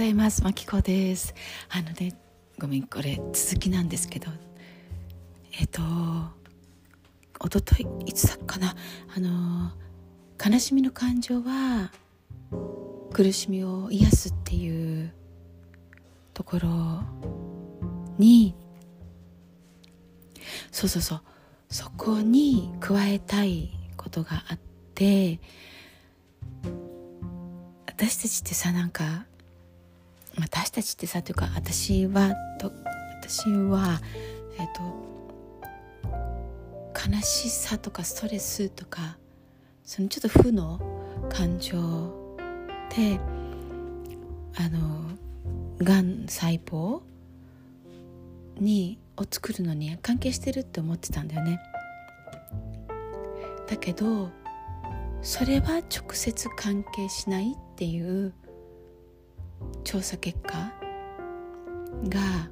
ざいます。まきこです。ごめん、これ続きなんですけど、おとといいつだっかな、悲しみの感情は苦しみを癒すっていうところに、そこに加えたいことがあって、私たちってさ、というか私は悲しさとかストレスとか、そのちょっと負の感情でがん細胞を作るのに関係してるって思ってたんだよね。だけどそれは直接関係しないっていう調査結果が、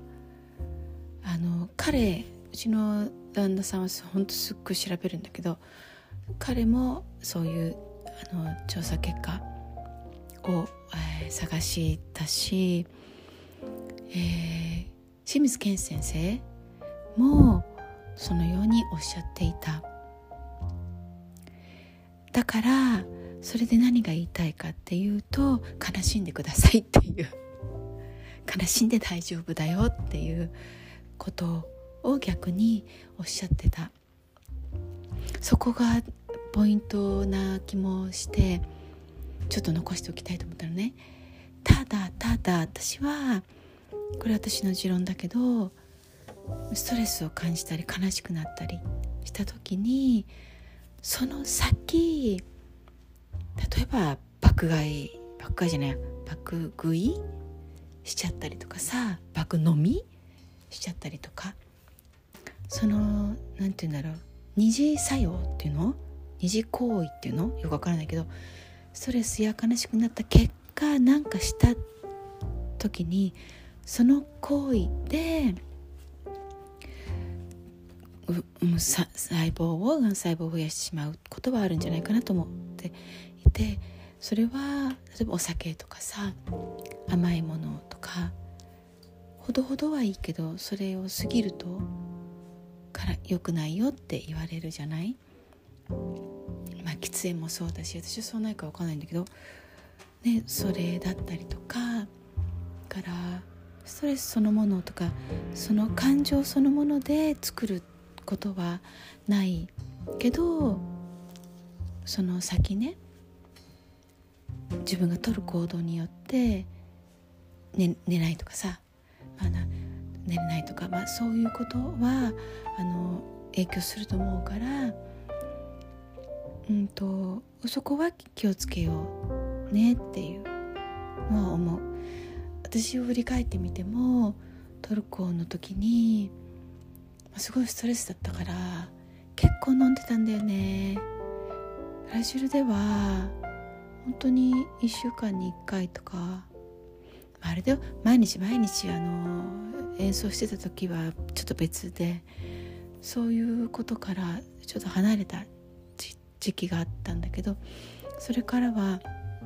うちの旦那さんは本当すっごい調べるんだけど、彼もそういう調査結果を、探したし、清水健先生もそのようにおっしゃっていた。だからそれで何が言いたいかっていうと、悲しんでくださいっていう、悲しんで大丈夫だよっていうことを逆におっしゃってた。そこがポイントな気もして、ちょっと残しておきたいと思ったのね。ただ私は、これ私の持論だけど、ストレスを感じたり悲しくなったりした時に、その先、例えば爆食いしちゃったりとかさ、爆飲みしちゃったりとか、なんていうんだろう、二次作用っていうの、二次行為っていうの、よくわからないけど、ストレスや悲しくなった結果、なんかした時にその行為でがん細胞を増やしてしまうことはあるんじゃないかなと思っていて、それは例えばお酒とかさ、甘いものとか、ほどほどはいいけど、それを過ぎるとから良くないよって言われるじゃない。喫煙もそうだし、私はそうないか分かんないんだけどね、それだったりとかからストレスそのものとか、その感情そのもので作ることはないけど、その先ね、自分が取る行動によって、寝ないとかさ、寝れないとか、そういうことは影響すると思うから、そこは気をつけようねっていうのは思う。私を振り返ってみても、トルコの時にすごいストレスだったから結構飲んでたんだよね。ブラジルでは本当に1週間に1回とか、あれだよ、毎日演奏してた時はちょっと別で、そういうことからちょっと離れた時期があったんだけど、それからは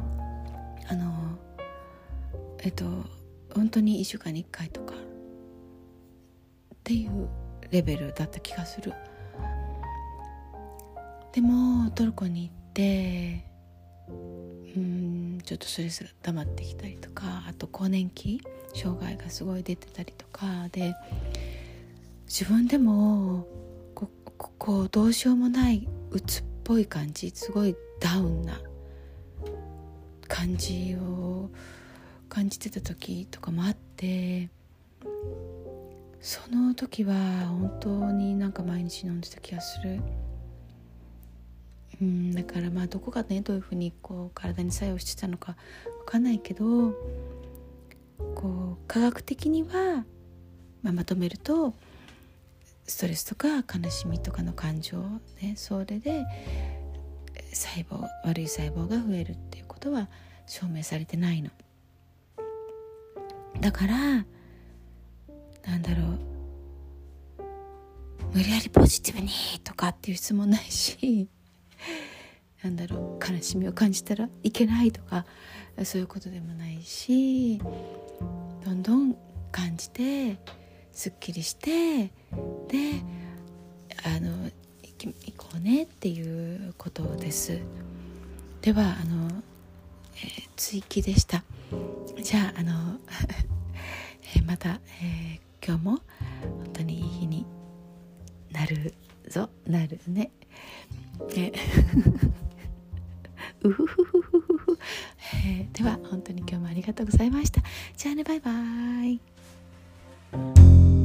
本当に1週間に1回とかっていうレベルだった気がする。でもトルコに行ってちょっとストレスが溜まってきたりとか、あと更年期障害がすごい出てたりとかで、自分でもこうどうしようもない鬱っぽい感じ、すごいダウンな感じを感じてた時とかもあって、その時は本当に毎日飲んでた気がする。だからどこがね、どういうふうに体に作用してたのか分かんないけど、科学的には、まとめると、ストレスとか悲しみとかの感情ね、それで悪い細胞が増えるっていうことは証明されてないの。だから無理やりポジティブにとかっていう質問ないし、 悲しみを感じたらいけないとか、そういうことでもないし、どんどん感じてすっきりして、で行こうねっていうことです。では追記でした。じゃあまた、今日も本当にいい日になるね。うふふふふふふ。では本当に今日もありがとうございました。じゃあね、バイバイ。